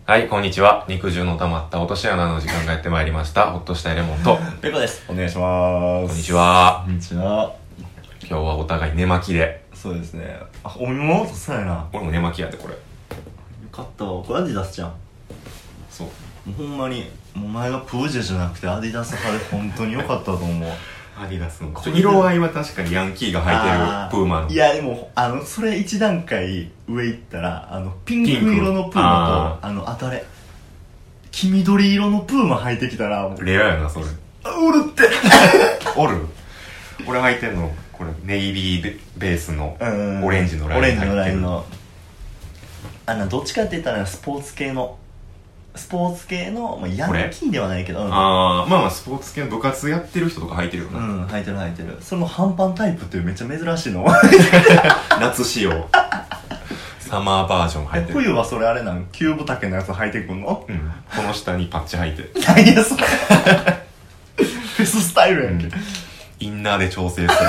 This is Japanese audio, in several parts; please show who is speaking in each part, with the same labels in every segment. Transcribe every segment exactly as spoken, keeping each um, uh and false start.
Speaker 1: はい、こんにちは。肉汁の溜まった落とし穴の時間がやってまいりました。ほっとしたエレモンと
Speaker 2: ペコです。お願いします。
Speaker 1: こんにちは。
Speaker 2: こんにちは。
Speaker 1: 今日はお互い寝巻きで。
Speaker 2: そうですね。あ、お見物とそうやな。
Speaker 1: 俺も寝巻きやで、これ。よ
Speaker 2: かったわ。これアディダスじゃん。
Speaker 1: そう。
Speaker 2: もうほんまに、お前がプージェじゃなくてアディダス派で本当によかったと思う。
Speaker 1: アディダスの色合いは確かにヤンキーが履いてるプーマの。
Speaker 2: いやでもあのそれ一段階上行ったらあのピンク色のプーマと あ, あのあたれ黄緑色のプーマ履いてきたらもう
Speaker 1: レアやなそれ。
Speaker 2: おるって
Speaker 1: おる。俺履いてんのこれネイビーベースのオレンジのライン入ってる。オレンジのラインの
Speaker 2: あのどっちかって言ったらスポーツ系のスポーツ系の、まあ、ヤンキーではないけど、うん、
Speaker 1: ああまあまあスポーツ系の部活やってる人とか履いてるよな。
Speaker 2: うん履いてる履いてる。それも半パンタイプっていうめっちゃ珍しいの
Speaker 1: 夏仕様サマーバージョン履いてる。
Speaker 2: 冬はそれあれなんキューブ丈のやつ履いてくんの。
Speaker 1: うんこの下にパッチ履いて
Speaker 2: 何やそれフェススタイルやんけ、うん、
Speaker 1: インナーで調整するっていう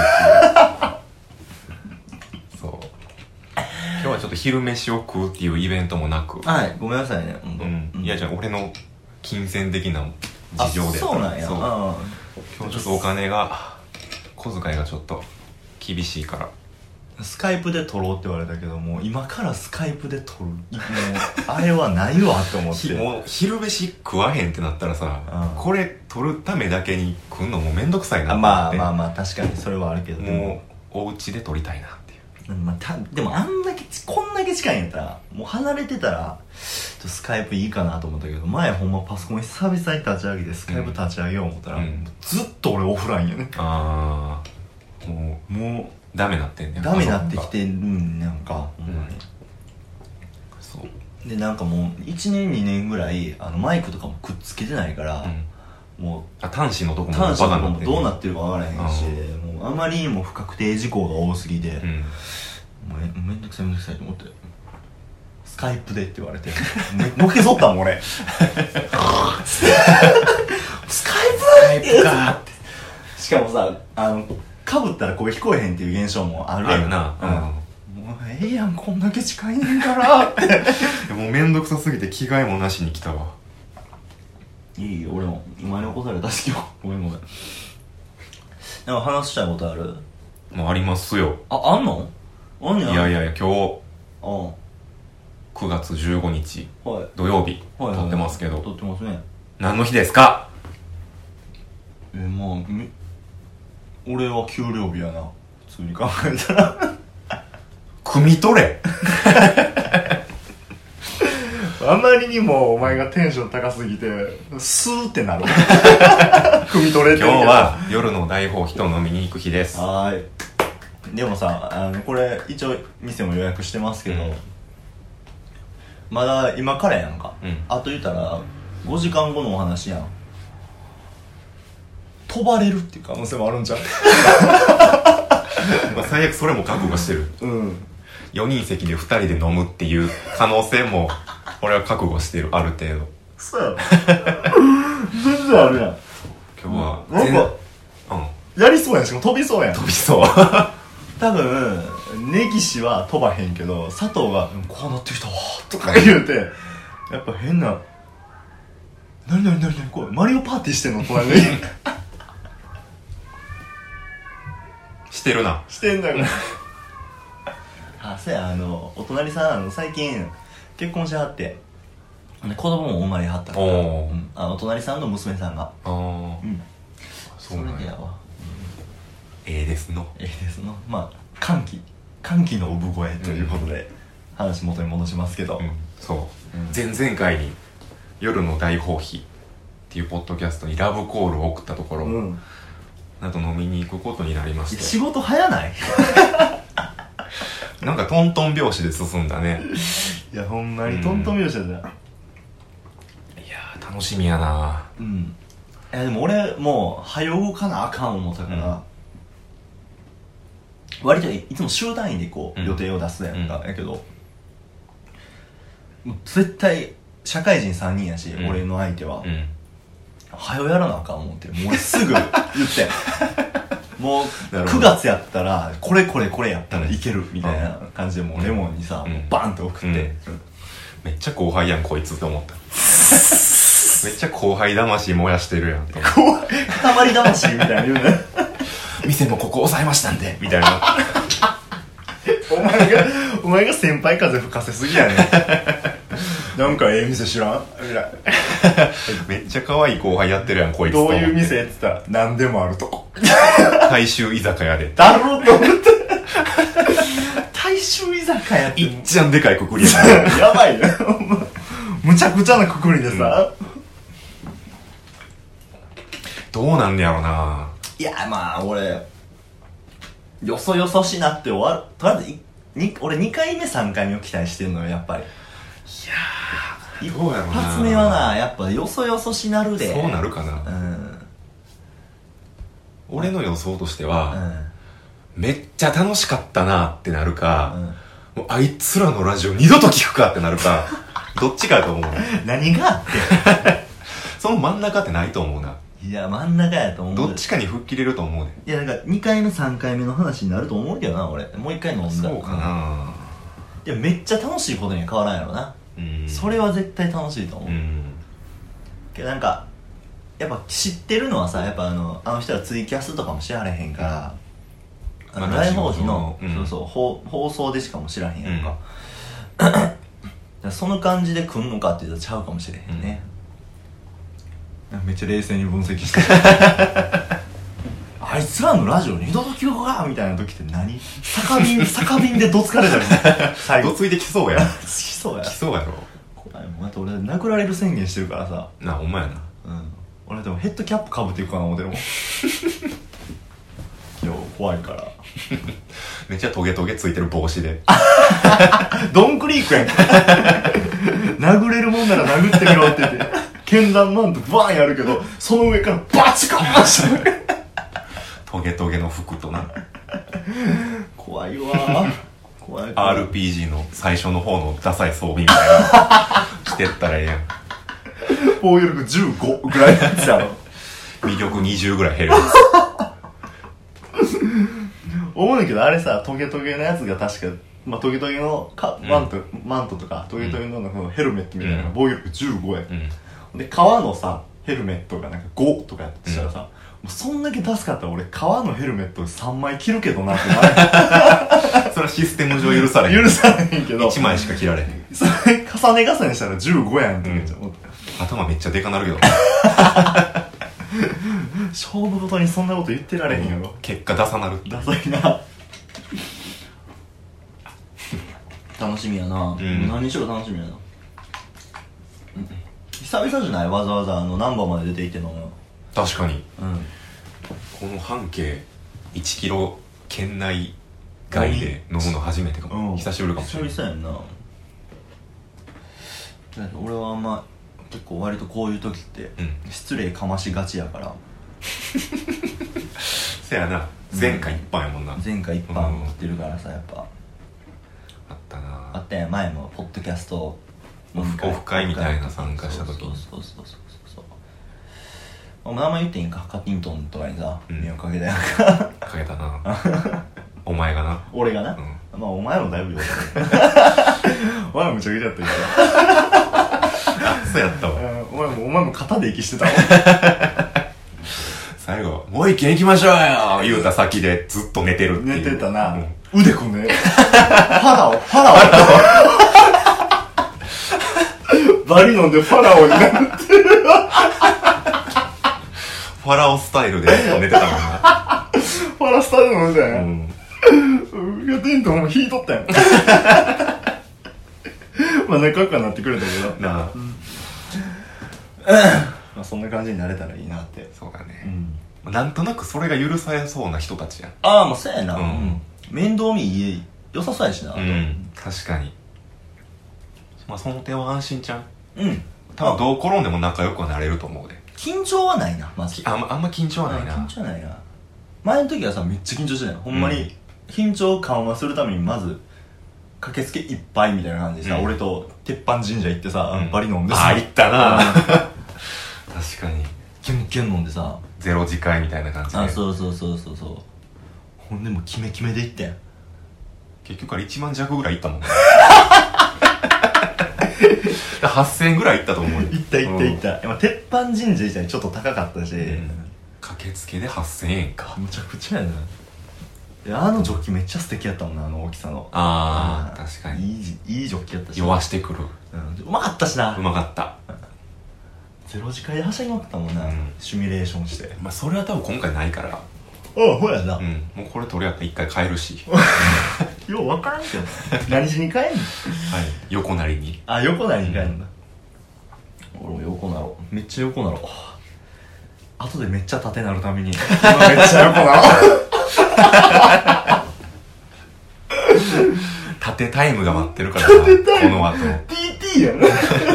Speaker 1: そう今日はちょっと昼飯を食うっていうイベントもなく。
Speaker 2: はいごめんなさいね。
Speaker 1: うん、うん、いやじゃあ俺の金銭的な事情で。
Speaker 2: そうなんや。そう
Speaker 1: 今日ちょっとお金が小遣いがちょっと厳しいから
Speaker 2: スカイプで撮ろうって言われたけどもう今からスカイプで撮るもうあれはないわって思って
Speaker 1: もう昼飯食わへんってなったらさ、うん、これ撮るためだけに食うのもめんどくさいなって。
Speaker 2: まあまあまあ確かにそれはあるけど
Speaker 1: もうお家で撮りたいなっていう、
Speaker 2: まあ、たでもあんだけこんだけ近いんやったらもう離れてたらスカイプいいかなと思ったけど前ほんまパソコン久々に立ち上げてスカイプ立ち上げよう思ったら、うん、ずっと俺オフラインやね。
Speaker 1: ああもうもうダメなってんねん。
Speaker 2: ダメなってきてるんなんか、
Speaker 1: うん、
Speaker 2: そうでなんかもういちねんにねんぐらいあのマイクとかもくっつけてないから、うん、もう
Speaker 1: あ端子のとこも
Speaker 2: 端子のとこもどうなってるかわからへんし、もうあまりにも不確定事項が多すぎて、うん、もう め, めんどくさいめんどくさいと思ってスカイプでって言われてのけぞったもん俺スカイプ
Speaker 1: スカイプかって
Speaker 2: しかもさあのかぶったら声聞こえへんっていう現象もあるやん
Speaker 1: な、うん、
Speaker 2: もうええやんこんだけ近いねんからって
Speaker 1: もうめんどくさすぎて着替えもなしに来たわ。
Speaker 2: いいよ俺もお前に起こされたし今日ごめんごめん。なんか話したいことある？
Speaker 1: もうありますよ。
Speaker 2: あ、あんの？あんねん。
Speaker 1: いやいやいや今日
Speaker 2: あ
Speaker 1: くがつじゅうごにち、
Speaker 2: はい、
Speaker 1: 土曜日、
Speaker 2: はいはいはい、
Speaker 1: 撮ってますけど
Speaker 2: 撮ってますね。
Speaker 1: 何の日ですか？
Speaker 2: えまあみ俺は給料日やな普通に考えたら
Speaker 1: 汲み取れ
Speaker 2: あまりにもお前がテンション高すぎてスーってなる汲み取れてる。
Speaker 1: 今日は夜の大放棄と飲みに行く日です。
Speaker 2: はーい。でもさあのこれ一応店も予約してますけど、うん、まだ今からやんか、うん、あと言ったらごじかんごのお話やん。飛ばれるっていう可能性もあるんじゃん
Speaker 1: まあ最悪それも覚悟してる、
Speaker 2: うん、
Speaker 1: よにん席でふたりで飲むっていう可能性も俺は覚悟してるある程度。
Speaker 2: そうやろ全然あるやん。
Speaker 1: 今日は
Speaker 2: なんか、うん、やりそうやん。しかも飛びそうやん。
Speaker 1: 飛びそう
Speaker 2: 多分根岸は飛ばへんけど佐藤が「こうなってきたわ」とか言うてやっぱ変な「何何何何これマリオパーティーしてんの？」隣に
Speaker 1: してるな。
Speaker 2: してんだからあ、そうやあのお隣さんあの最近結婚しはって子供も生まれはったから、うん、あのお隣さんの娘さんが
Speaker 1: あ、うん、
Speaker 2: そうなんや。それでやわ。
Speaker 1: ええー、ですの
Speaker 2: ええー、ですのまあ歓喜歓喜の産声ということで、うん、話元に戻しますけど、うん、
Speaker 1: そう、うん、前々回に夜の大放棄っていうポッドキャストにラブコールを送ったところ、うん、なんと飲みに行くことになりまして。
Speaker 2: 仕事早ない
Speaker 1: なんかトントン拍子で進んだね。
Speaker 2: いやほんまにトントン拍子だね、うん、い
Speaker 1: やー楽しみやな。
Speaker 2: うんいやでも俺もう早動かなあかん思ったから、うん、割といつも週単位でこう、うん、予定を出すやんか、うん、やけど絶対社会人さんにんやし、うん、俺の相手は、うん、早やらなあかん思ってもう俺すぐ言ってもうくがつやったらこれこれこれやったらいけるみたいな感じでもうレモンにさ、うん、バンって送って、うん、
Speaker 1: めっちゃ後輩やんこいつって思っためっちゃ後輩魂燃やしてるやんと
Speaker 2: 思って塊魂みたいな言うね
Speaker 1: 店もここ抑えましたんでみたいな
Speaker 2: お前がお前が先輩風吹かせすぎやねなんかええ店知らんみたいな
Speaker 1: めっちゃ可愛い後輩やってるやんこいつと
Speaker 2: どういう店って言ったら何でもあるとこ
Speaker 1: 大衆居酒屋で
Speaker 2: だろうと思って大衆居酒屋って
Speaker 1: いっちゃんでかいくくりやな
Speaker 2: やばいねむちゃくちゃなくくりでさ、うん、
Speaker 1: どうなんねやろな。
Speaker 2: いやまあ俺よそよそしなって終わるとりあえずに俺にかいめさんかいめを期待してんのよやっぱり。い
Speaker 1: やーどうやろな。
Speaker 2: 一発目はなやっぱよそよそしなるで。
Speaker 1: そうなるかな。
Speaker 2: うん
Speaker 1: 俺の予想としては、
Speaker 2: うん、
Speaker 1: めっちゃ楽しかったなってなるか、
Speaker 2: うん、
Speaker 1: もうあいつらのラジオ二度と聞くかってなるかどっちかやと思う
Speaker 2: 何があって
Speaker 1: その真ん中ってないと思うな。
Speaker 2: いや真ん中やと思う。
Speaker 1: どっちかに吹っ切れると思うね。
Speaker 2: いやなんかにかいめさんかいめの話になると思うけどな俺。もういっかい飲んだ。
Speaker 1: そうかな。
Speaker 2: いやめっちゃ楽しいことには変わらんやろな。
Speaker 1: うん
Speaker 2: それは絶対楽しいと思う、うん、けどなんかやっぱ知ってるのはさやっぱあのあの人はツイキャスとかも知られへんから、うん、あの大放棄の、うん、そうそう放放送でしかも知らへんやんか、うん、その感じで来んのかっていうとちゃうかもしれへんね、うん、めっちゃ冷静に分析してあいつらのラジオ二度と聞こうかみたいな時って何酒瓶酒瓶でどつかれたり
Speaker 1: 最後どついてきそうや
Speaker 2: きそうや
Speaker 1: きそうやろ。
Speaker 2: 怖いもん。だって俺殴られる宣言してるからさ
Speaker 1: なあほんまやな。
Speaker 2: うん俺でもヘッドキャップかぶっていくかな思ってるもん今日怖いから
Speaker 1: めっちゃトゲトゲついてる帽子で
Speaker 2: ドンクリークやん殴れるもんなら殴ってみろって言って剣弾マントバーンやるけどその上からバチコーンして
Speaker 1: トゲトゲの服とな
Speaker 2: 怖いわ怖い
Speaker 1: アールピージー の最初の方のダサい装備みたいな着てったらええやん。
Speaker 2: 防御力じゅうごぐらいのやつやろ
Speaker 1: 魅力にじゅうぐらい減る
Speaker 2: 思うんだけどあれさトゲトゲのやつが確か、まあ、トゲトゲのかマント、うん、マントとかトゲトゲのなんかヘルメットみたいなのが防御力じゅうごや、うん、で革のさヘルメットがなんかごとかやってしたらさ、うん、もうそんだけ助かったら俺革のヘルメットさんまい着るけどなってな
Speaker 1: それはシステム上許されへん
Speaker 2: 許されへんけど
Speaker 1: いちまいしか着られへん。
Speaker 2: それ重ね重ねしたらじゅうごやんってめっちゃ思って、
Speaker 1: うん、頭めっちゃでかなるけど
Speaker 2: 勝負ごとにそんなこと言ってられへんやろ。
Speaker 1: 結果出さなる
Speaker 2: ダサいな楽しみやな、うん、何しろ楽しみやな、うん、久々じゃないわざわざあの難波まで出ていってんのよ。
Speaker 1: 確かに、
Speaker 2: うん、
Speaker 1: この半径いちキロ圏内外で飲むの初めてかも、うん、久しぶりかもしれない。
Speaker 2: 久々やんな。俺はあんま結構割とこういう時って失礼かましがちやから、うん、
Speaker 1: せやな前回一般やもんな、
Speaker 2: 前回一般持ってるからさやっぱ
Speaker 1: あったな
Speaker 2: あったやん前もポッドキャスト
Speaker 1: オフ会みたいな参加した時に
Speaker 2: そうそうそうそうそうそう名前言っていいんかカティントンとかにさ迷惑かけたやんか
Speaker 1: かけたなお前がな
Speaker 2: 俺がな、うん、まあお前もだいぶよお前もむちゃくちゃやったけど
Speaker 1: そうやったわ、
Speaker 2: うん、お前もお前も肩で息してたわ
Speaker 1: 最後もう一軒行きましょうよ言うた先でずっと寝てるっていう。
Speaker 2: 寝てたな、うん、腕組んでファラオファラオバリ飲んでファラオになってる
Speaker 1: ファラオスタイルでずっと寝てたもんな
Speaker 2: ファラスタイル飲んでたやん、うん、いやテントも引いとったやんまあ仲良くはなってくれたけど
Speaker 1: なあ、
Speaker 2: うんまあ、そんな感じになれたらいいなって。
Speaker 1: そうだね、うん、なんとなくそれが許されそうな人たちやん。
Speaker 2: ああもうそうやな、
Speaker 1: うんうん、
Speaker 2: 面倒見いい良さそうやしな、
Speaker 1: うん、確かに。まあその点は安心ちゃう。
Speaker 2: うん
Speaker 1: 多分どう転んでも仲良くはなれると思うで。
Speaker 2: 緊張はないなまず。
Speaker 1: あんま、あんま緊張はないな。
Speaker 2: 緊張はないな。前の時はさめっちゃ緊張してたよほんまに、うん、緊張緩和するためにまず駆けつけいっぱいみたいな感じでさ、うん、俺と鉄板神社行ってさ、うん、バリ飲んでさ
Speaker 1: あ行ったな確かに
Speaker 2: キュンキュン飲んでさ
Speaker 1: ゼロ次会みたいな感じで。
Speaker 2: あそうそうそうそうそうほんでもキメキメで行ってん
Speaker 1: 結局あれいちまん弱ぐらい行ったもんはっせんえんぐらいいったと思うよ。
Speaker 2: いったいったいった、うん、鉄板神社自体ちょっと高かったし、うん、
Speaker 1: 駆けつけではっせんえんか。
Speaker 2: むちゃくちゃやな。あのジョッキめっちゃ素敵やったもんな、あの大きさの。
Speaker 1: ああ確かに
Speaker 2: いい、いいジョッキやったし、
Speaker 1: 酔わしてくる、
Speaker 2: うん、うまかったしな。
Speaker 1: うまかった。
Speaker 2: ゼロ次会ではしゃぎまくったもんな、うん、シミュレーションして。
Speaker 1: まあそれは多分今回ないから。
Speaker 2: ああほやな、
Speaker 1: うん、もうこれ取り合ったら一回帰るし
Speaker 2: よう分からんけど何しに帰んの。はい
Speaker 1: 横なりに。
Speaker 2: あ横なりに帰るんだ、うん、俺も横なろう。めっちゃ横なろう。後でめっちゃ縦なるために今めっちゃ横なろう
Speaker 1: 縦タイムが待ってるからな。縦タイムこの後
Speaker 2: ティーティー やな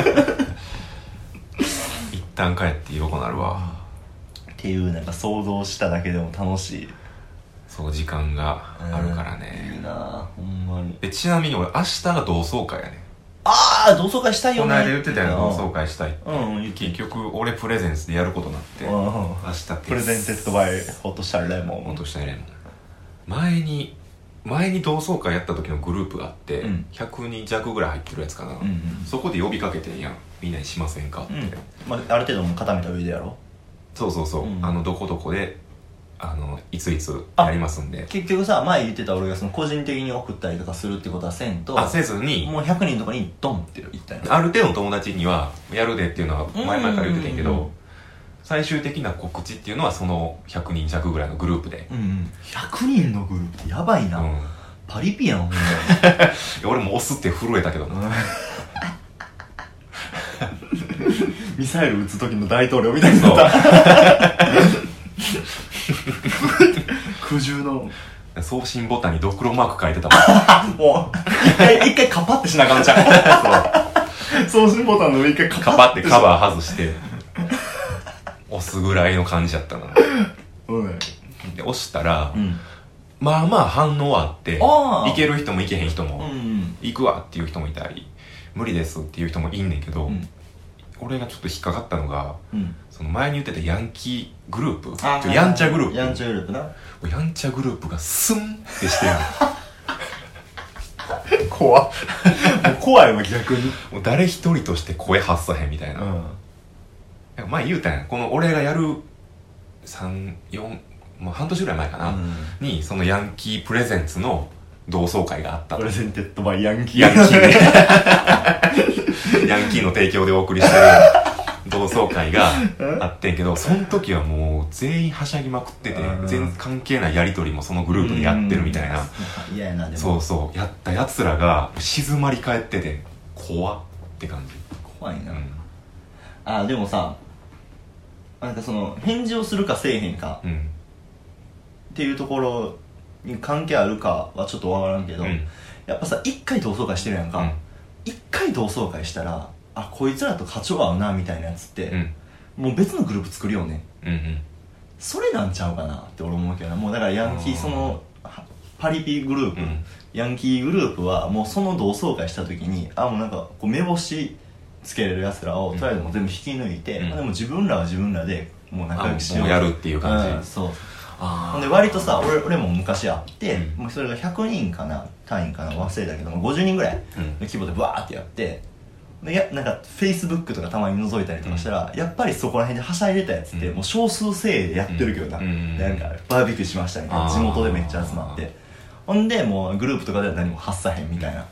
Speaker 1: 一旦帰って横なるわ
Speaker 2: っていう、なんか想像しただけでも楽しい
Speaker 1: そう時間があるからね、
Speaker 2: うん、いいなほんまに。
Speaker 1: でちなみに俺明日が同窓会やね。
Speaker 2: ああ同窓会したいよね。
Speaker 1: この間言ってたよね、同窓会したいって、
Speaker 2: うん、
Speaker 1: 結局俺プレゼンスでやることになって、うん、明日って
Speaker 2: プレゼンテッドバイホッとしたレモン。
Speaker 1: ホッとしたレモン。前に前に同窓会やった時のグループがあって、うん、ひゃくにん弱ぐらい入ってるやつかな、うんうん、そこで呼びかけてんやん、みんなにしませんかって、うん、
Speaker 2: まあ、ある程度も固めた上でやろ。
Speaker 1: そうそうそう、うん、あのどこどこであのいついつやりますんで。
Speaker 2: 結局さ前言ってた俺がその個人的に送ったりとかするってことはせんと、
Speaker 1: あせずに
Speaker 2: もうひゃくにんとかにドンって言ったんや。
Speaker 1: ある程度の友達にはやるでっていうのは前々から言ってたんやけど、最終的な告知っていうのはそのひゃくにん弱ぐらいのグループで、うんうん、
Speaker 2: ひゃくにんのグループやばいな、うん、パリピやんほんま
Speaker 1: 俺も押すって震えたけどな
Speaker 2: ミサイル撃つ時の大統領みたいになった苦渋の
Speaker 1: 送信ボタンにドクロマーク書いてた
Speaker 2: もんもう一回一回カパってしなあかんちゃう送信ボタンの上一回カパって
Speaker 1: カパってカバー外して押すぐらいの感じだったな、うん、で押したら、うん、まあまあ反応あって行ける人も行けへん人も、うんうん、行くわっていう人もいたり無理ですっていう人もいんねんけど、うん、俺がちょっと引っかかったのが、うん、その前に言ってたヤンキーグループ、やんちゃグループ、
Speaker 2: やんちゃグループな、
Speaker 1: やんちゃグループがスンってして
Speaker 2: る怖っもう怖いわ逆に。
Speaker 1: もう誰一人として声発さへんみたいな、うん、前言うたんや、この俺がやるさん、よん、まあ、半年ぐらい前かな、うん、にそのヤンキープレゼンツの同窓会があったと。
Speaker 2: プレゼンテッドバイヤンキー
Speaker 1: ヤンキーヤンキーの提供でお送りしてる同窓会があってんけど、その時はもう全員はしゃぎまくってて、全然関係ないやり取りもそのグループでやってるみたいな、
Speaker 2: 嫌やな。でも
Speaker 1: そうそうやったやつらが静まり返ってて怖って感じ。
Speaker 2: 怖いな、うん、あでもさなんかその返事をするかせえへんか、うん、っていうところに関係あるかはちょっとわからんけど、うん、やっぱさ一回同窓会してるやんか、一、うん、回同窓会したらあこいつらと波長合うなみたいなやつって、うん、もう別のグループ作るよね、うんうん、それなんちゃうかなって俺思うけどな。もうだからヤンキーそのパリピグループ、うん、ヤンキーグループはもうその同窓会した時にあもうなんかこう目星つけれるやつらをとりあえずもう全部引き抜いて、うんまあ、でも自分らは自分らでもう仲良くしよう、
Speaker 1: もうやるっていう感じ、
Speaker 2: うん、そうほんで割とさ 俺, 俺も昔あって、うん、もうそれがひゃくにんかな単位かな忘れたけどもごじゅうにんぐらいの規模でバーってやってでやなんかフェイスブックとかたまに覗いたりとかしたら、うん、やっぱりそこら辺ではしゃいでたやつって、うん、もう少数精鋭でやってるけどな、うん、なんかバーベキューしましたみたいな地元でめっちゃ集まってほんでもうグループとかでは何も発さへんみたいな、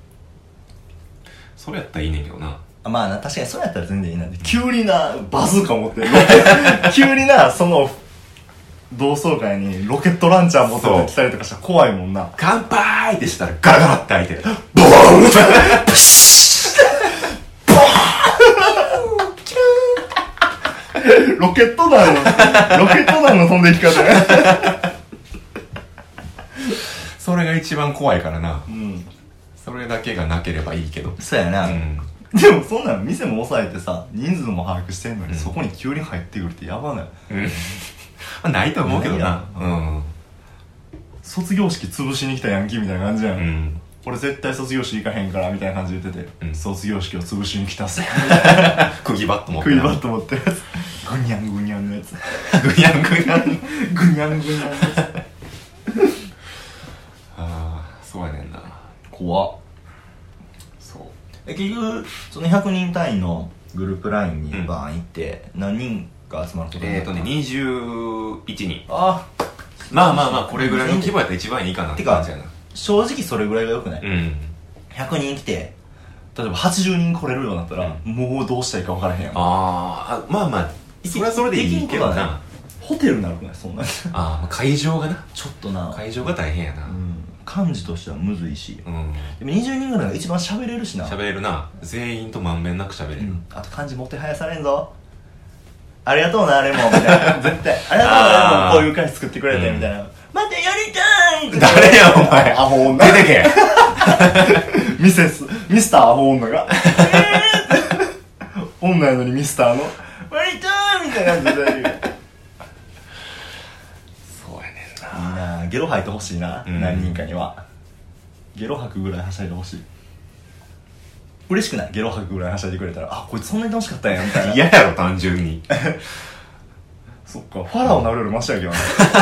Speaker 1: それやったらいいねんけどな。
Speaker 2: まあな確かにそれやったら全然いいなんで急になバズーカ持って急になその同窓会にロケットランチャー持ってきたりとかしたら怖いもんな。
Speaker 1: 乾杯ってしたらガラガラって開いてボーンプシ
Speaker 2: ッボーンロケット弾のロケット弾の飛んでいき方ね
Speaker 1: それが一番怖いからな、うん、それだけがなければいいけど。
Speaker 2: そうやな、うん、でもそんなん店も抑えてさ人数も把握してんのに、うん、そこに急に入ってくるってやばない、うん
Speaker 1: まあ、ないと思うけどな、うん、
Speaker 2: 卒業式潰しに来たヤンキーみたいな感じやん、うん、俺絶対卒業式行かへんからみたいな感じで言ってて、うん、卒業式を潰しに来たっす
Speaker 1: 釘バット持って
Speaker 2: 釘バット持ってるやつグニャングニャンのやつ
Speaker 1: グニャングニャン
Speaker 2: グニャングニャンのやつ
Speaker 1: ああそうやねんな。
Speaker 2: 怖っ。
Speaker 1: そう
Speaker 2: 結局そのひゃくにん単位のグループラインにバーン行って、うん、何人が集まることになった？
Speaker 1: えっとねにじゅういちにん。
Speaker 2: ああ、
Speaker 1: まあまあまあこれぐらいの規模やったら一番いいかなって感じやな。
Speaker 2: 正直それぐらいがよくない？うん、ひゃくにん来て例えばはちじゅうにん来れるようになったら、うん、もうどうしたらいいか分からへんやん。
Speaker 1: ああ、まあまあそれはそれでいいけどな。
Speaker 2: ホテルになるくない？そんな
Speaker 1: ああ、会場がな
Speaker 2: ちょっとな
Speaker 1: 会場が大変やな、うん、
Speaker 2: 幹事としてはむずいし、うん、でもにじゅうにんぐらいが一番喋れるしな。
Speaker 1: 喋れるな。全員とまんべんなく喋れる、うん、
Speaker 2: あと漢字もてはやされんぞ。ありがとうなレモンみたいな絶対ありがとうなレモンこういう回作ってくれて、うん、みたいな。待ってやりたいって
Speaker 1: 誰やお前アホ女出てけ
Speaker 2: ミセスミスターアホ女が女やのにミスターのやりたいみたいな感じでいいな。ゲロ吐いてほしいな、うん、何人かにはゲロ吐くぐらいはしゃいでほしい。嬉しくない？ゲロ吐くぐらいはしゃいでくれたら、あ、こいつそんなに楽しかったんやみたいな。
Speaker 1: 嫌やろ単純に
Speaker 2: そっか、ファラオなるよりマシやけどね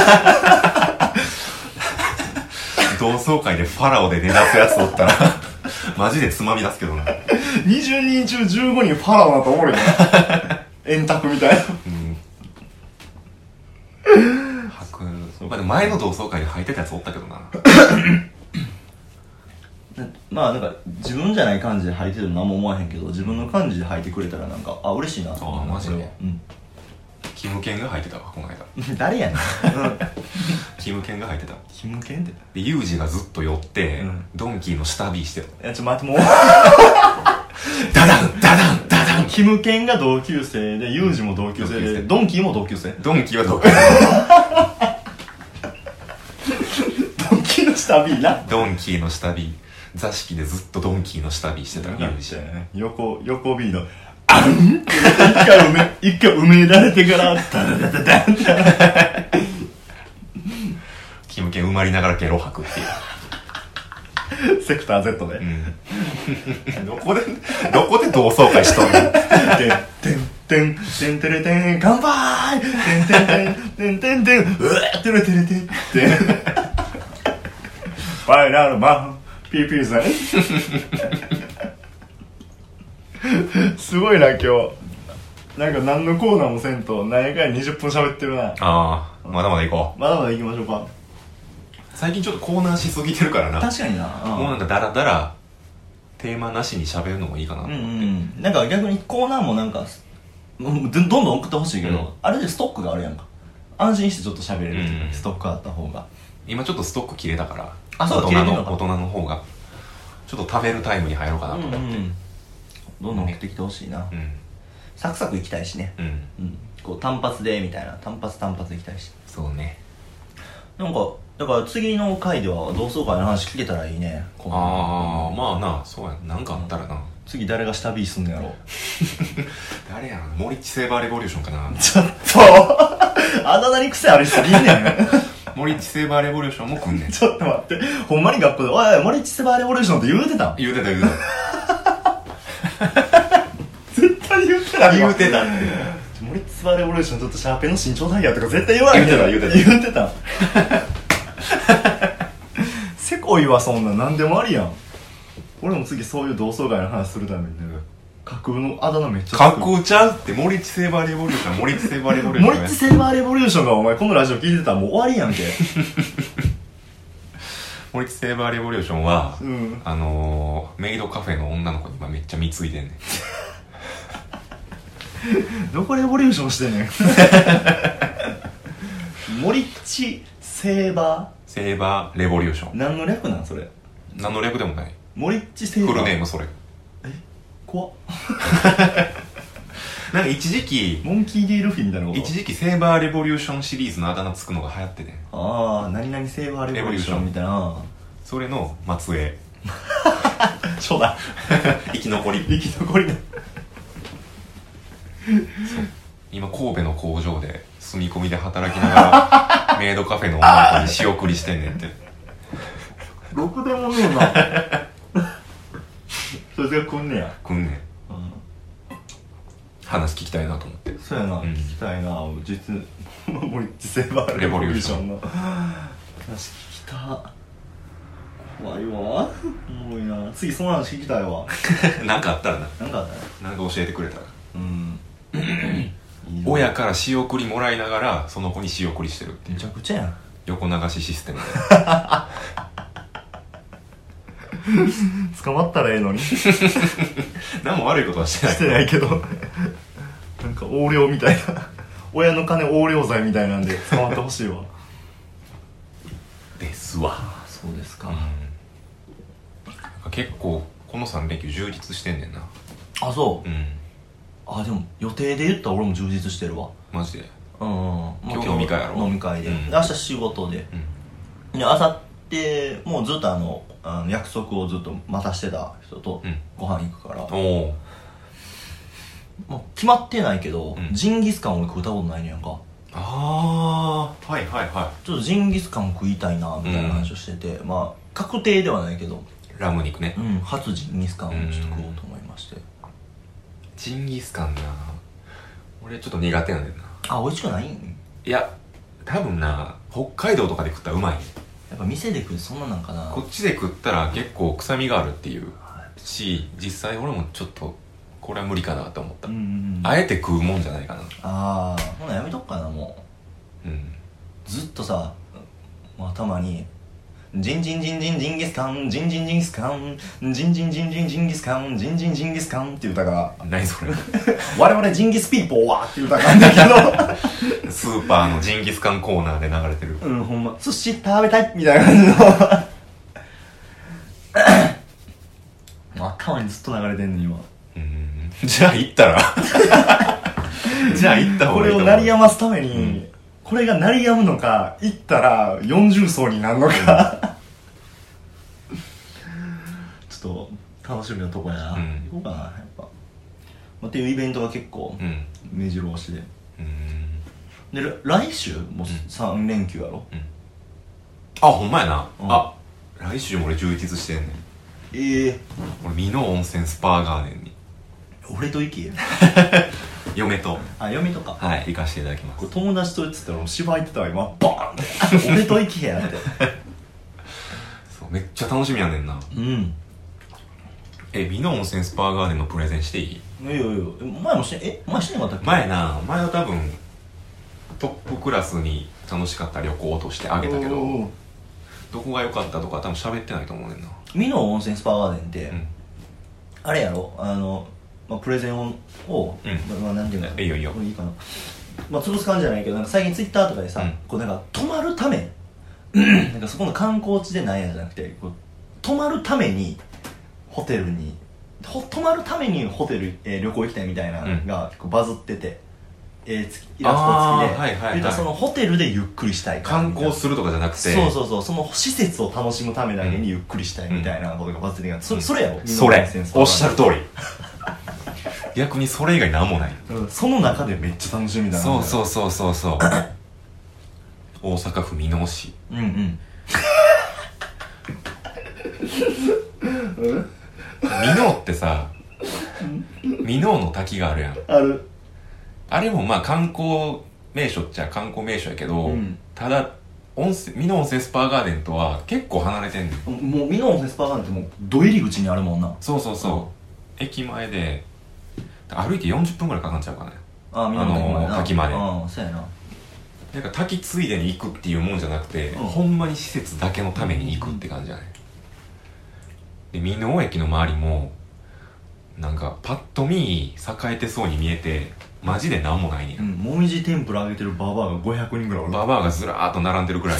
Speaker 1: 同窓会でファラオで寝出すやつおったらマジでつまみ出すけどな。
Speaker 2: にじゅうにん中じゅうごにんファラオだと思うよな円卓みたいな、
Speaker 1: うん、吐く。まあ、前の同窓会で吐いてたやつおったけどな
Speaker 2: まあなんか自分じゃない感じで吐いてるの何も思わへんけど、自分の感じで吐いてくれたらなんかあ嬉しいなと思う。
Speaker 1: あマジで、うん、キムケンが吐いてたわこの間
Speaker 2: 誰やねん
Speaker 1: キムケンが吐いてた。
Speaker 2: キムケンって
Speaker 1: でユージがずっと寄って、うん、ドンキーの下 B してた。
Speaker 2: いやちょっと待ってもう
Speaker 1: ダダンダダンダダン。
Speaker 2: キムケンが同級生でユージも同級生で、ドンキーも同級生。
Speaker 1: ドンキーは同級生
Speaker 2: ドンキーの下 B な。
Speaker 1: ドンキーの下 B 座敷でずっとドンキーの下 B してた。ユージ
Speaker 2: ね、横横 B のあんって一回埋め一回埋められてからダダダダン
Speaker 1: キムケン埋まりながらゲロ吐くって
Speaker 2: いうセクター Z で、うん、
Speaker 1: どこでどこで同窓会しとんのてん
Speaker 2: てんてんてんてれてん乾杯てんてんてんてんてんてんうわーてれてれてんってファイナルマンピーピーさんすごいな今日。なんか何のコーナーもせんと何回にじゅっぷん喋ってるな。
Speaker 1: ああまだまだ行こ
Speaker 2: う。まだまだ行きましょうか。
Speaker 1: 最近ちょっとコーナーしすぎてるからな。
Speaker 2: 確かにな、うん、
Speaker 1: もうなんかダラダラテーマなしに喋るのもいいかなと思って、うんうん、
Speaker 2: なんか逆にコーナーもなんかどんどん送ってほしいけど、うん、あれでストックがあるやんか。安心してちょっと喋れるっていう、うん、ストックあった方が。
Speaker 1: 今ちょっとストック切れたから。
Speaker 2: あそう
Speaker 1: 大人の大人の方がちょっと食べるタイムに入ろうかなと思って、うんうん、
Speaker 2: どんどん送ってきてほしいな、うん、サクサクいきたいしね、うんうん、こう単発でみたいな単発単発いきたいし。
Speaker 1: そうね。
Speaker 2: なんかだから次の回では同窓会の話聞けたらいいね。
Speaker 1: ああまあなそうやなんかあったらな、うん、
Speaker 2: 次誰が下 B すんのやろう
Speaker 1: 誰やろ。モリッチセーバーレボリューションかな。
Speaker 2: ちょっとあだ名に癖ありすぎんねん
Speaker 1: モリッチセーバーレボリューションも来んねん。
Speaker 2: ちょっと待ってほんまに学校でおいおいモリッチセーバーレボリューションって言うてたん？
Speaker 1: 言うてた言うて
Speaker 2: た絶対言うてた
Speaker 1: 言うてたって
Speaker 2: モリッチセーバーレボリューションちょっとシャーペンの身長ダイヤとか絶対言わない。
Speaker 1: 言うてた言うてた
Speaker 2: 言うてたせこいわそんなん何でもありやん。俺も次そういう同窓会の話するためにね架空のあだ名めっちゃ
Speaker 1: 架空ちゃうってモリッチセーバーレボリューションモリッチセーバーレボリューション
Speaker 2: モリッチセーバーレボリューションがお前このラジオ聞いてたらもう終わりやんけ
Speaker 1: モリッチセーバーレボリューションは、うん、あのー、メイドカフェの女の子に今めっちゃ貢いでんね
Speaker 2: んどこレボリューションしてんねんモリッチセーバー
Speaker 1: セーバーレボリューション
Speaker 2: 何の略なんそれ。
Speaker 1: 何の略でもない。
Speaker 2: モリッチセーバー
Speaker 1: フルネームそれ。
Speaker 2: え怖っ
Speaker 1: なんか一時期
Speaker 2: モンキー・ディ・ルフィみたいなこと。
Speaker 1: 一時期セーバーレボリューションシリーズのあだ名つくのが流行ってて、
Speaker 2: ああ何々セーバーレボリューションみたいな。
Speaker 1: それの末裔
Speaker 2: 初代
Speaker 1: 生き残り
Speaker 2: 生き残りだ
Speaker 1: 今神戸の工場で住み込みで働きながらメイドカフェの女の子に仕送りしてんねんって
Speaker 2: ろくでもねえなそいつが来んねや
Speaker 1: 来んねん、うん、話聞きたいなと思って。
Speaker 2: そうやな、うん、聞きたいな実モリッチセーバーレボリューションの話聞きた。 怖いわ。おもろいな。次その話聞きたいわ。
Speaker 1: なんかあったらな。
Speaker 2: なんかあったら
Speaker 1: なんか教えてくれたら。
Speaker 2: うん
Speaker 1: 親から仕送りもらいながらその子に仕送りしてるっていう
Speaker 2: めちゃくちゃやん。
Speaker 1: 横流しシステムで
Speaker 2: 捕まったらええのに
Speaker 1: 何も悪いことはしてない
Speaker 2: してないけどなんか横領みたいな親の金横領罪みたいなんで捕まってほしいわ
Speaker 1: ですわ。
Speaker 2: そうですか、
Speaker 1: うん、結構このさん連休充実してんねんな。
Speaker 2: あ、そう、
Speaker 1: うん、
Speaker 2: あ、でも予定で言ったら俺も充実してるわ。
Speaker 1: マジで。
Speaker 2: うん、
Speaker 1: 今日飲み会やろ。
Speaker 2: 飲み会で、
Speaker 1: うん、
Speaker 2: 明日仕事で、うん、で明後日もうずっとあのあの約束をずっと待たしてた人とご飯行くから、うん、おもう決まってないけど、うん、ジンギスカン俺食ったことないねやんか。
Speaker 1: ああ、はいはいはい。
Speaker 2: ちょっとジンギスカン食いたいなみたいな話をしてて、うん、まあ確定ではないけど
Speaker 1: ラム肉ね、
Speaker 2: うん、初ジンギスカンをちょっと食おうと思いまして、うん、
Speaker 1: ジンギスカンな俺ちょっと苦手なんだよな。
Speaker 2: あ、美味しくないん？
Speaker 1: いや多分な北海道とかで食ったらうまい。
Speaker 2: やっぱ店で食うそんななんかな。
Speaker 1: こっちで食ったら結構臭みがあるっていうし、実際俺もちょっとこれは無理かなと思った、うんうん、あえて食うもんじゃないかな。
Speaker 2: ああ、ほなやめとくかなもう、うん、ずっとさ、まあ、たまにジンジンジンジンジンギスカンジンジンジンギスカンジンジンジンジンジンギスカンジンジンジンギスカンっていう歌が
Speaker 1: 何それ
Speaker 2: 我々ジンギスピーポーはっていう歌があるんだけどス
Speaker 1: ーパーのジンギスカンコーナーで流れてる。
Speaker 2: うん、ほんま寿司食べたいみたいな感じの頭にずっと流れてんねん今。
Speaker 1: うん、じゃあ行ったらじゃあ行った方がいいと思う。
Speaker 2: これを鳴り止ますために、うん、これが鳴り止むのか行ったらよんじゅう層になるのかちょっと楽しみなとこやな、うん、行こうかなやっぱ、まあ、っていうイベントが結構目白押しで、うん、で来週もさん連休やろ、うん、
Speaker 1: あ、ほんまやな、うん、あ、来週も俺充実してんねん。
Speaker 2: ええー、
Speaker 1: 俺美濃温泉スパーガーデンに
Speaker 2: 俺と行け
Speaker 1: 嫁と
Speaker 2: あ、嫁とか
Speaker 1: はい行かせていただきます。
Speaker 2: 友達と言ってたら芝居行ってたわ今バーンって俺と行けやって
Speaker 1: そうめっちゃ楽しみやねんな。うん。え、美濃温泉スパーガーデンのプレゼンしていい？い
Speaker 2: やいやいや、前もしてえ前してなかったっけ？
Speaker 1: 前な、前は多分トップクラスに楽しかった旅行としてあげたけど、どこが良かったとか多分喋ってないと思うねんな。
Speaker 2: 美濃温泉スパーガーデンって、うん、あれやろ、あの、まあ、プレゼンを、うんまあ、なんていうの、
Speaker 1: いいよいいよ、
Speaker 2: いいかな、まあ、潰す感じじゃないけど、なんか最近ツイッターとかでさ、うん、こうなんか泊まるためなんかそこの観光地でなんやじゃなくて、こう泊まるためにホテルに泊まるためにホテル、えー、旅行行きたいみたいなのが結構バズってて、えー、つイラスト付きで、はいはいはい、そのホテルでゆっくりしたい
Speaker 1: 観光するとかじゃなくて、
Speaker 2: そうそうそう、その施設を楽しむためだけにゆっくりしたいみたいなことがバズってる、うん、そ, それやろ、
Speaker 1: それおっしゃる通り逆にそれ以外なんもない、
Speaker 2: うん、その中でめっちゃ楽しみだな。
Speaker 1: そうそうそうそうそう大阪府箕面市、うんうん箕面ってさ箕面の滝があるやん。
Speaker 2: ある。
Speaker 1: あれもまあ観光名所っちゃ観光名所やけど、うん、ただ温泉美濃温泉スパーガーデンとは結構離れてんねん。
Speaker 2: もう美濃温泉スパーガーデンってもうど入り口にあるもんな。
Speaker 1: そうそうそう、うん、駅前で歩いてよんじゅっぷんぐらいかかんちゃうかね。
Speaker 2: ああ、美濃の
Speaker 1: 滝まで。
Speaker 2: ああ、そうやな。
Speaker 1: なんか滝ついでに行くっていうもんじゃなくて、うん、ほんまに施設だけのために行くって感じじゃない。で美濃駅の周りもなんかパッと見栄えてそうに見えてマジでなんもないねん、うん、
Speaker 2: もみじ天ぷら揚げてるババアがごひゃくにんぐらいおる。
Speaker 1: ババアがずらーっと並んでるくらい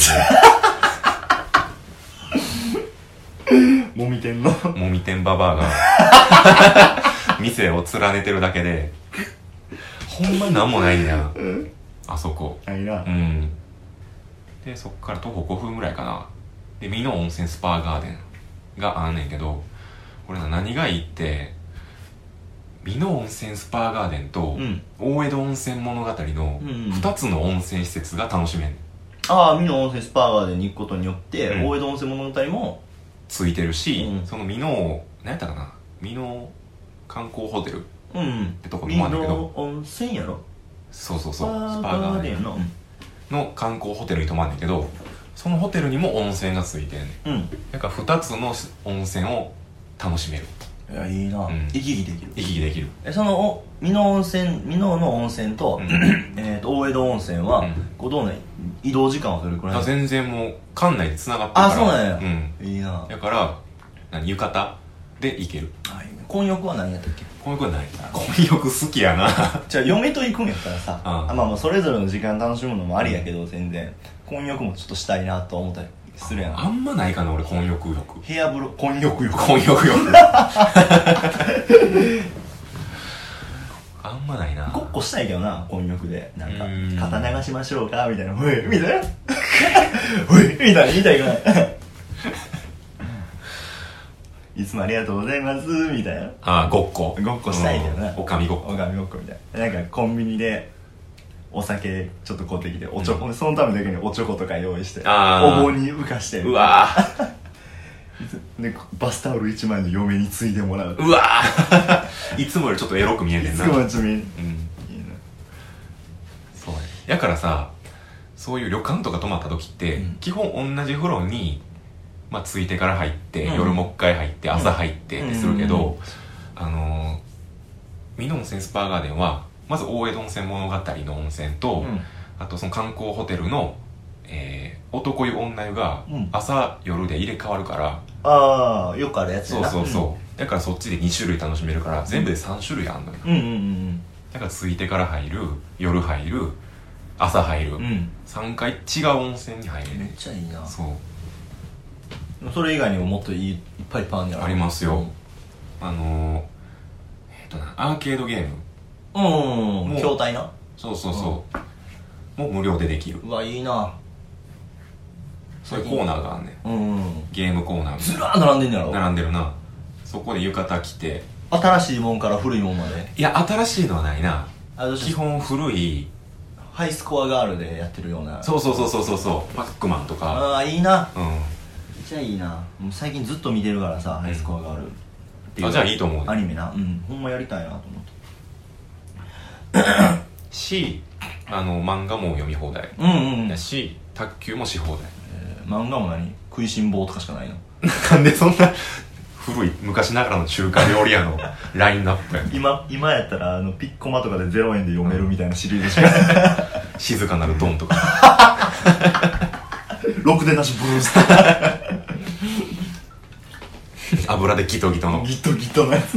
Speaker 2: でもみ天の
Speaker 1: もみ天ババアが店を連ねてるだけでほんまになんもないねん、うん、あそこ
Speaker 2: ないな。
Speaker 1: うんでそっから徒歩ごふんぐらいかな。で美濃温泉スパーガーデンがあんねんけど、これ何がいいって美濃温泉スパーガーデンと大江戸温泉物語のふたつの温泉施設が楽しめん、うんうん、
Speaker 2: ああ、美濃温泉スパーガーデンに行くことによって、うん、大江戸温泉物語も
Speaker 1: ついてるし、うん、その美濃何やったかな、美濃観光ホテルってとこにもあるんだけど、
Speaker 2: 美濃温泉やろ。
Speaker 1: そうそうそう、スパーガーデンの観光ホテルに泊まんねんけど、 そのホテルにも温泉がついてんねん、うん、だからふたつの温泉を楽しめる。
Speaker 2: いやいいな、うん、行き来できる
Speaker 1: 行き来できる。
Speaker 2: えその美濃温泉美濃の温泉と、うん、えーと大江戸温泉は、うん、こうどうね移動時間はどれくらい？
Speaker 1: 全然もう館内でつながってるから。
Speaker 2: あそうなんや、
Speaker 1: うん、
Speaker 2: いいな。
Speaker 1: だから何浴衣で行ける。
Speaker 2: あいいね。混浴は何やったっけ？
Speaker 1: 混浴はない。混浴好きやな
Speaker 2: じゃあ嫁と行くんやったらさ、うん、あまあまあそれぞれの時間楽しむのもありやけど、全然混浴もちょっとしたいなと思ったりするやん。
Speaker 1: あんまないかな俺混浴浴。
Speaker 2: 部屋風呂混浴浴
Speaker 1: 混浴浴あんまないな。
Speaker 2: ごっこしたいけどな、混浴でなんか肩流しましょうかみたいな、ほいみたいなほいみたいな言いたいかないいつもありがとうございますみたいな。
Speaker 1: ああごっこ
Speaker 2: ごっこしたいけどな、
Speaker 1: おかみごっこ
Speaker 2: おかみごっこみたいな。なんかコンビニでお酒ちょっと買ってきておちょこ、うん、そのためだけにおちょことか用意してお盆に浮かして
Speaker 1: うわ
Speaker 2: でバスタオルいちまいの嫁についでもらう。
Speaker 1: うわいつもよりちょっとエロく見えてんな。
Speaker 2: いつもよりちょっと見える、
Speaker 1: うん、いいな。そうやからさ、そういう旅館とか泊まった時って、うん、基本同じ風呂にまあついてから入って、うん、夜もう一回入って朝入ってってするけど、うんうん、あのー、美濃温泉スパーガーデンはまず大江戸温泉物語の温泉と、うん、あとその観光ホテルの、えー、男湯女湯が朝、うん、夜で入れ替わるから。
Speaker 2: ああよくあるやつやな。
Speaker 1: そうそうそう、うん、だからそっちでに種類楽しめるから、うん、全部でさん種類あんのよ、うんうんうん、だからついてから入る、夜入る、朝入る、うん、さんかい違う温泉に入れる。
Speaker 2: めっちゃいいな。
Speaker 1: そう
Speaker 2: それ以外にももっといいいっぱいいっぱいあるんやろ。
Speaker 1: ありますよ、うん、あのー、えっとなアーケードゲーム、
Speaker 2: うん、筐体な。
Speaker 1: そうそうそう、うん、もう無料でできる。
Speaker 2: うわいいな。
Speaker 1: そういうコーナーがあんねん、うんうん、ゲームコーナー
Speaker 2: ずらー並んでんねやろ。
Speaker 1: 並んでるな。そこで浴衣着て、
Speaker 2: 新しいもんから古いもんまで。
Speaker 1: いや新しいのはないな。基本古い
Speaker 2: ハイスコアガールでやってるような。
Speaker 1: そうそうそうそうそうそう、パックマンとか。
Speaker 2: ああいいな、うん、めっちゃいいな。もう最近ずっと見てるからさ、ハイスコアガールっていう、
Speaker 1: あじゃあいいと思う、ね、
Speaker 2: アニメな。うんほんまやりたいなと
Speaker 1: 思ってし、あの漫画も読み放題、うんうん、だし卓球もし放題、
Speaker 2: えー、漫画も何食いしん坊とかしかないの
Speaker 1: なんでそんな古い昔ながらの中華料理屋のラインナップや
Speaker 2: 今今やったらあのピッコマとかでゼロえんで読めるみたいなシリーズしかない、
Speaker 1: うん、静かなるドンとか
Speaker 2: ろくでなしブルース
Speaker 1: 油でギトギトの
Speaker 2: ギトギトのやつ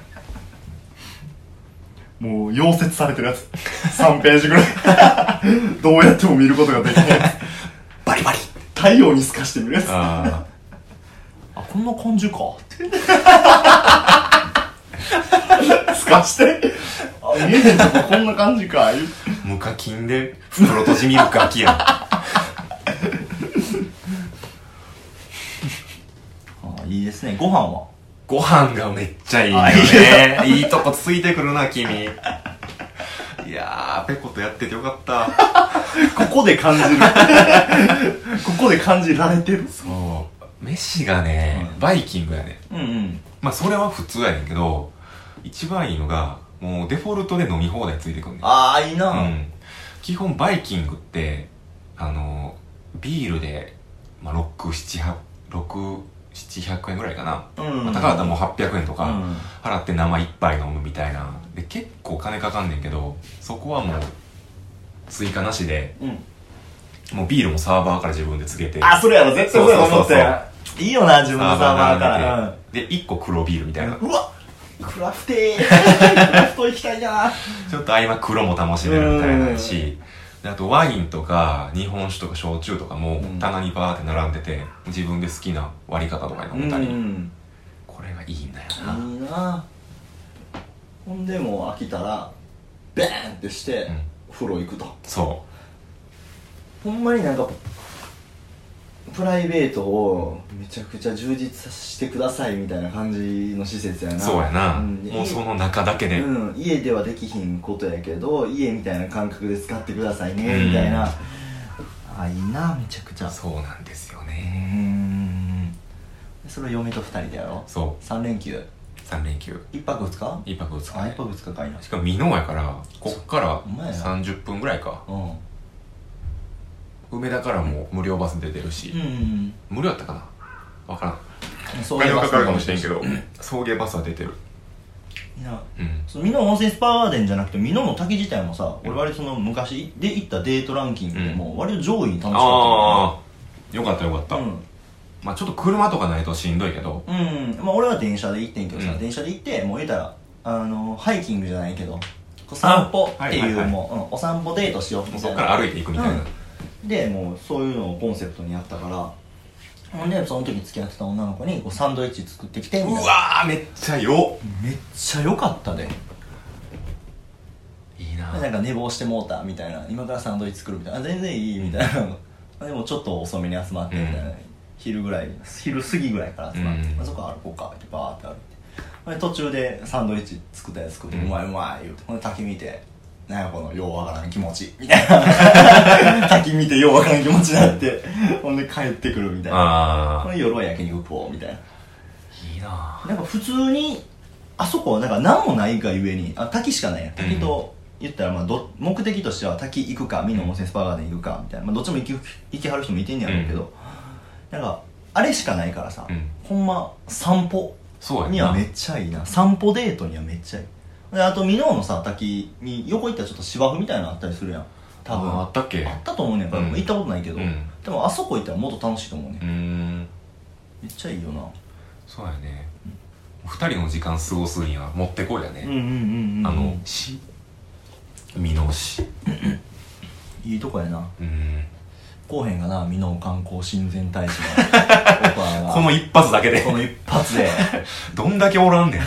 Speaker 2: もう溶接されてるやつさんページぐらいどうやっても見ることができないやつバリバリ太陽に透かして見るやつ。ああこんな感じかって透かしてあ見えへんとここんな感じか
Speaker 1: 無課金で袋閉じ見るガキやんあ
Speaker 2: いいですね。ご飯は
Speaker 1: ご飯がめっちゃいいよね。いいとこついてくるな君。いやーペコとやっててよかった
Speaker 2: ここで感じるここで感じられてる。
Speaker 1: そう飯がね、うん、バイキングやね、うんうん、まあそれは普通やねんけど、一番いいのがもうデフォルトで飲み放題ついてくんねん。
Speaker 2: ああいいな、うん、
Speaker 1: 基本バイキングってあのビールで、まあ、ろく、なな、ひゃくえんぐらいかな、うんうんまあ、高かったらもうはっぴゃくえんとか払って生一杯飲むみたいなで結構金かかんねんけど、そこはもう追加なしで、うん、もうビールもサーバーから自分でつけて。
Speaker 2: あそれやろ絶対そうやと思っていいよな自分のサーバーから、
Speaker 1: うん、でいっこ黒ビールみたいな。
Speaker 2: うわクラフテークラフト行きたいな
Speaker 1: ちょっと合間黒も楽しめるみたいなし、あとワインとか日本酒とか焼酎とかも棚にバーって並んでて、自分で好きな割り方とかに飲んだり、これがいいんだよな。
Speaker 2: いいな。ほんでもう飽きたらベーンってして、うん、風呂行くと。
Speaker 1: そう
Speaker 2: ほんまになんかプライベートをめちゃくちゃ充実させてくださいみたいな感じの施設やな。
Speaker 1: そうやな、うん、もうその中だけで、
Speaker 2: うん、家ではできひんことやけど家みたいな感覚で使ってくださいねみたいな、うん、あいいなめちゃくちゃ。
Speaker 1: そうなんですよね。うん
Speaker 2: それを嫁とふたりでやろう。
Speaker 1: そう
Speaker 2: さん連休
Speaker 1: さん連休
Speaker 2: いっぱくふつか
Speaker 1: いっぱくふつか
Speaker 2: あいっぱくふつかかいな。
Speaker 1: しかも美濃やからこっからさんじゅっぷんぐらいか。うん梅田からも無料バス出てるし、うんうん、無料やったかな分からん、お金はかかるかもしれんけど送迎バスは出てる。
Speaker 2: いや、うん、その美濃温泉スパガーデンじゃなくて美濃の滝自体もさ、うん、俺割とその昔で行ったデートランキングでも割と上位に楽しかった、ね、
Speaker 1: ああよかったよかった、うん、まあちょっと車とかないとしんどいけど、
Speaker 2: うん、まあ俺は電車で行ってんけどさ、うん、電車で行ってもう言うたらあのハイキングじゃないけど散歩っていう、はいはいはい、もう、うん、お散歩デートしようみたいな、
Speaker 1: そっから歩いていくみたいな、
Speaker 2: うん、でもうそういうのをコンセプトにやったからほんでその時付き合ってた女の子にこうサンドイッチ作ってきてみたいな。
Speaker 1: うわーめっちゃよ
Speaker 2: めっちゃ良かったで。
Speaker 1: いいな。
Speaker 2: なんか寝坊してもうたみたいな、今からサンドイッチ作るみたいな、全然いいみたいなでもちょっと遅めに集まってみたいな、うん、昼ぐらい昼過ぎぐらいから集まって、うん、そこ歩こうかってバーって歩いて、途中でサンドイッチ作ったやつ食って、うん、うまいうまい言うて、ほんで滝見てなんやこのようわからん気持ちみたいな滝見てようわからん気持ちになってほんで帰ってくるみたいな、ほんで夜は焼肉食おうみたいな。
Speaker 1: いいなぁ。
Speaker 2: なんか普通にあそこはなんか何もないがゆえに、あ滝しかないやん。滝と言ったらまあど目的としては滝行くか美濃温泉スパガーデン行くかみたいな、まあ、どっちも行き行きはる人もいてんねやろうけど、うん、なんかあれしかないからさ、うん、ほんま散歩にはめっちゃいいな。散歩デートにはめっちゃいい。であと美濃のさ滝に横行ったらちょっと芝生みたいなのあったりするやん。多分
Speaker 1: あ, あったっけ。
Speaker 2: あったと思うねんから、うん、行ったことないけど、うん、でもあそこ行ったらもっと楽しいと思うねん。うーんめっちゃいいよな。
Speaker 1: そうやね、うん、ふたりの時間過ごすにはもってこいやね。うんうんうん、うん、あの市美濃市
Speaker 2: いいとこやな。うんこうへんがな、美濃観光親善大使のオファーが
Speaker 1: この一発だけで
Speaker 2: この一発で
Speaker 1: どんだけおらんねん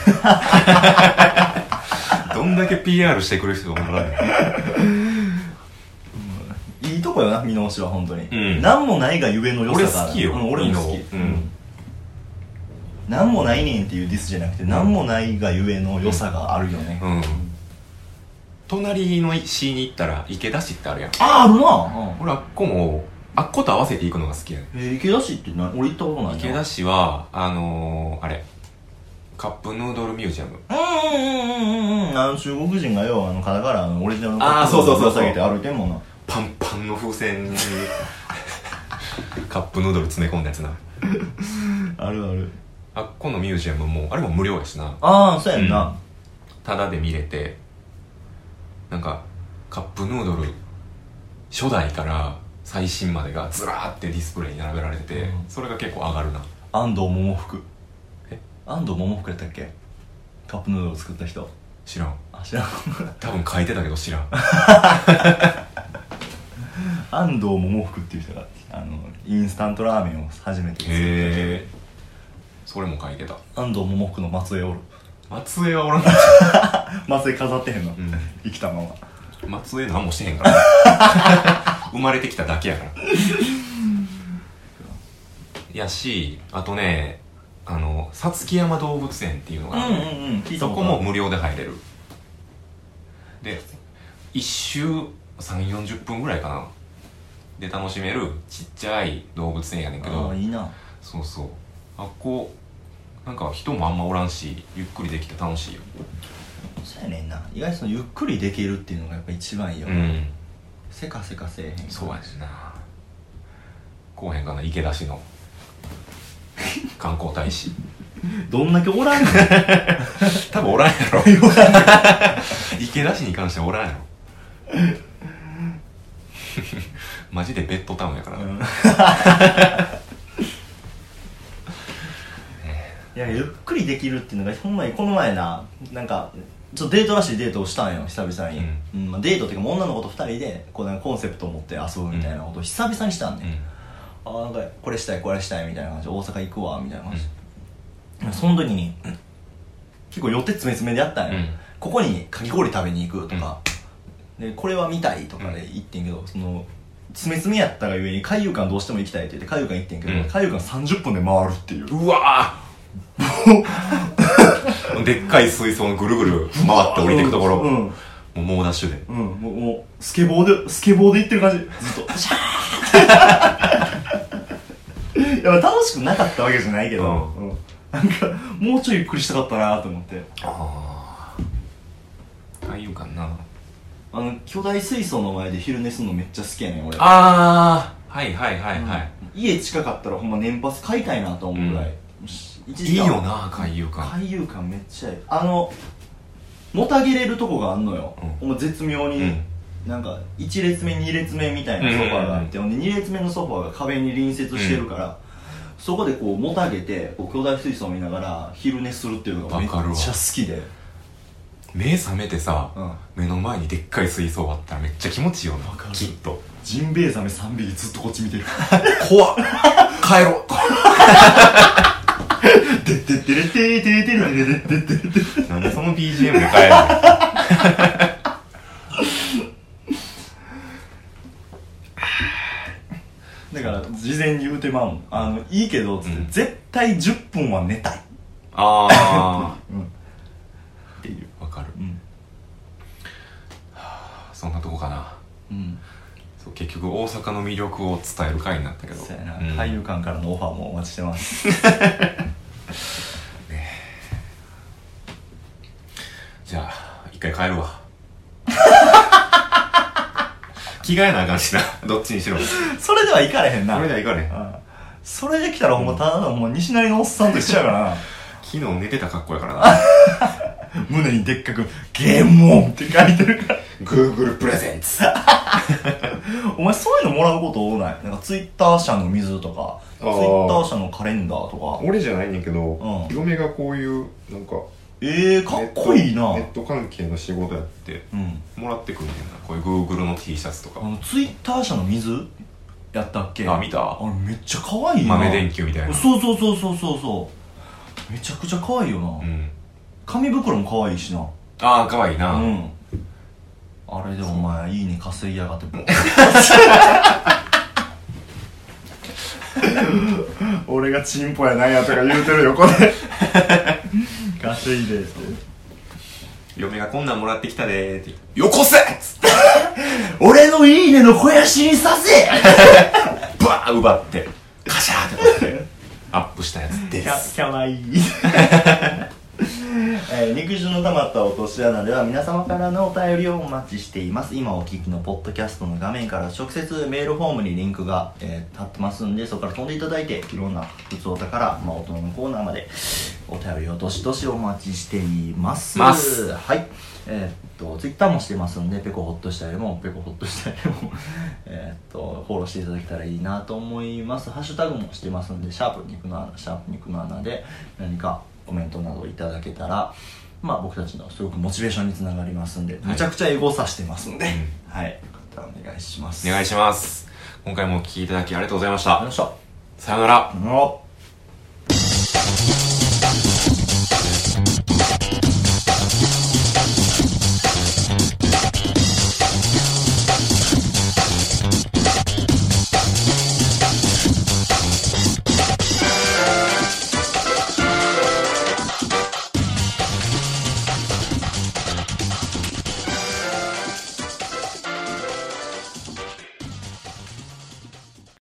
Speaker 1: どんだけ ピーアール してくれる人おらんね
Speaker 2: ん、いいとこよな美濃市は本当に、うん、何もないがゆえの良さがある。
Speaker 1: 俺好きよ、うん、
Speaker 2: 俺も好き、うん、何もないねんっていうディスじゃなくて、うん、何もないがゆえの良さがあるよね、うんうん、
Speaker 1: 隣の市に行ったら池田市ってあるやん。
Speaker 2: ああ、あるな、
Speaker 1: うん、俺あっこもあっこと合わせて行くのが好きやねん。
Speaker 2: えー、池田市って何？俺行ったことないな。
Speaker 1: 池田市はあのー、あれカップヌードルミュージアム。
Speaker 2: うんうんうんうん、あの中国人がよ、あの肩からオリジナルの
Speaker 1: カップヌードルを下
Speaker 2: げて歩いてんもんな。
Speaker 1: パンパンの風船にカップヌードル詰め込んだやつな
Speaker 2: あるある。
Speaker 1: あっこのミュージアムもあれも無料やしな。
Speaker 2: ああそうやんな、うん、
Speaker 1: ただで見れて、なんかカップヌードル初代から最新までがずらーってディスプレイに並べられてて、うん、それが結構上がるな。
Speaker 2: 安藤桃福。え安藤桃福やったっけ、カップヌードル作った人。
Speaker 1: 知らん。
Speaker 2: あ知らん
Speaker 1: 多分書いてたけど知らん
Speaker 2: 安藤桃福っていう人があのインスタントラーメンを初めて作った。へ
Speaker 1: えそれも書いてた。
Speaker 2: 安藤桃福の末裔おる。
Speaker 1: 末裔はおらん
Speaker 2: 末裔飾ってへんの、うん、生きたま
Speaker 1: ま末裔何もしてへんから生まれてきただけやからやし、あとねあのさつき山動物園っていうのがある、うんうんうん、そこも無料で入れる。で一周さんじゅうよんじゅっぷんぐらいかなで楽しめるちっちゃい動物園やねんけど。
Speaker 2: あいいな。
Speaker 1: そうそう、あっこなんか人もあんまおらんしゆっくりできて楽しいよ。
Speaker 2: そうやねんな、意外とそのゆっくりできるっていうのがやっぱ一番いいよ、うん、せかせかせえへん。
Speaker 1: そうやしな。こうへんかな池田市の観光大使
Speaker 2: どんだけおらんの
Speaker 1: 多分おらんやろ池田市に関してはおらんやろマジでベッドタウンやからな、うん
Speaker 2: いやゆっくりできるっていうのがほんまにこの前な、なんかちょっとデートらしいデートをしたんよ久々に、うんうんまあ、デートっていうか女の子とふたりでこうなんかコンセプトを持って遊ぶみたいなことを久々にしたんね、うん、あなんかこれしたいこれしたいみたいな感じで大阪行くわみたいな感じ、うん、その時に結構予定詰め詰めでやったんよ、うん、ここにかき氷食べに行くとか、うん、でこれは見たいとかで行ってんけど、その詰め詰めやったがゆえに海遊館どうしても行きたいって言って海遊館行ってんけど、うん、海遊館さんじゅっぷんで回るっていう。
Speaker 1: うわーでっかい水槽のぐるぐる回って降りていくところ、うん、もう猛ダッシュで、
Speaker 2: うん、もうもうスケボーでスケボーで行ってる感じずっとシャーやっぱ楽しくなかったわけじゃないけど、うんうん、なんかもうちょいゆっくりしたかったなと思って。
Speaker 1: あああいうかな、
Speaker 2: あの巨大水槽の前で昼寝するのめっちゃ好きやねん俺。
Speaker 1: ああはいはいはいはい、
Speaker 2: うん、家近かったらほんま年パス買いたいなと思うぐらい、
Speaker 1: うん、いいよな海遊館。
Speaker 2: 海遊館めっちゃいい。あのもたげれるとこがあんのよ、うん、もう絶妙に、うん、なんかいち列目に列目みたいなソファーがあって、うんうんうん、に列目のソファーが壁に隣接してるから、うん、そこでこうもたげてこう巨大水槽を見ながら昼寝するっていうのがめっちゃ好きで、
Speaker 1: 目覚めてさ、うん、目の前にでっかい水槽あったらめっちゃ気持ちいいよな。きっと
Speaker 2: ジンベエザメさんびきずっとこっち見てる
Speaker 1: 怖っ帰ろう
Speaker 2: でってってれってってってれってってってって
Speaker 1: なんでその ビージーエム で帰るの
Speaker 2: だから事前に言うてまうん、あのいいけどつって、うん、絶対じゅっぷんは寝たい。
Speaker 1: ああ、
Speaker 2: うん、っていう
Speaker 1: わかる、うん、はあ、そんなとこかな、うん、そう結局大阪の魅力を伝える回になったけど、
Speaker 2: そうやな、うん、海遊館からのオファーもお待ちしてます
Speaker 1: ね、じゃあ一回帰るわ着替えなあかんしなどっちにしろ
Speaker 2: それでは行かれへんな。
Speaker 1: それでは行かれへん、うん、
Speaker 2: それで来たらほんまただのもう西成のおっさんと一緒やからな
Speaker 1: 昨日寝てた格好やからな
Speaker 2: 胸にでっかくゲームオンって書いてるから
Speaker 1: Google プレゼンツ
Speaker 2: お前そういうのもらうこと多ない？なんかツイッター社の水とかツイッター社のカレンダーとか。
Speaker 1: 俺じゃないねんけど、うん、嫁がこういうなんか
Speaker 2: えー、かっこいいな。
Speaker 1: ネット関係の仕事やって、うん、もらってくんねんな。こういう Google の T シャツとか。
Speaker 2: あのツイッター社の水やったっけ？
Speaker 1: あ、見た？
Speaker 2: あれめっちゃ可愛いな。
Speaker 1: 豆電球みたいな。
Speaker 2: そうそうそうそうそうそう。めちゃくちゃ可愛いよな、うん、紙袋も可愛いしな。
Speaker 1: ああ、可愛いな。うん。
Speaker 2: あれでお前いいね稼ぎやがって俺がチンポやなんやとか言うてる横で稼いでって
Speaker 1: 嫁がこんなんもらってきたでーってよこせっつって
Speaker 2: 俺のいいねの肥やしにさせ
Speaker 1: バーン奪ってカシャーって取ってアップしたやつです
Speaker 2: かわいいえー、肉汁の溜まった落とし穴では皆様からのお便りをお待ちしています。今お聞きのポッドキャストの画面から直接メールフォームにリンクが、えー、貼ってますんで、そこから飛んでいただいていろんな普通お宝から、まあ、大人のコーナーまでお便りをどしどしお待ちしています
Speaker 1: ます
Speaker 2: はい。えー、っとツイッターもしてますんで、ペコホッとしたりもペコホッとしたりもえっとフォローしていただけたらいいなと思います。ハッシュタグもしてますんで、シャープ肉の穴シャープ肉の穴で何かコメントなどいただけたら、まあ僕たちのすごくモチベーションにつながりますんで、はい、めちゃくちゃエゴさしてますんで、うん、はい、お願いします。
Speaker 1: お願いします。今回もお聞きいただきありがとうございました。
Speaker 2: ありがとうございました。
Speaker 1: さよなら。
Speaker 2: さよなら。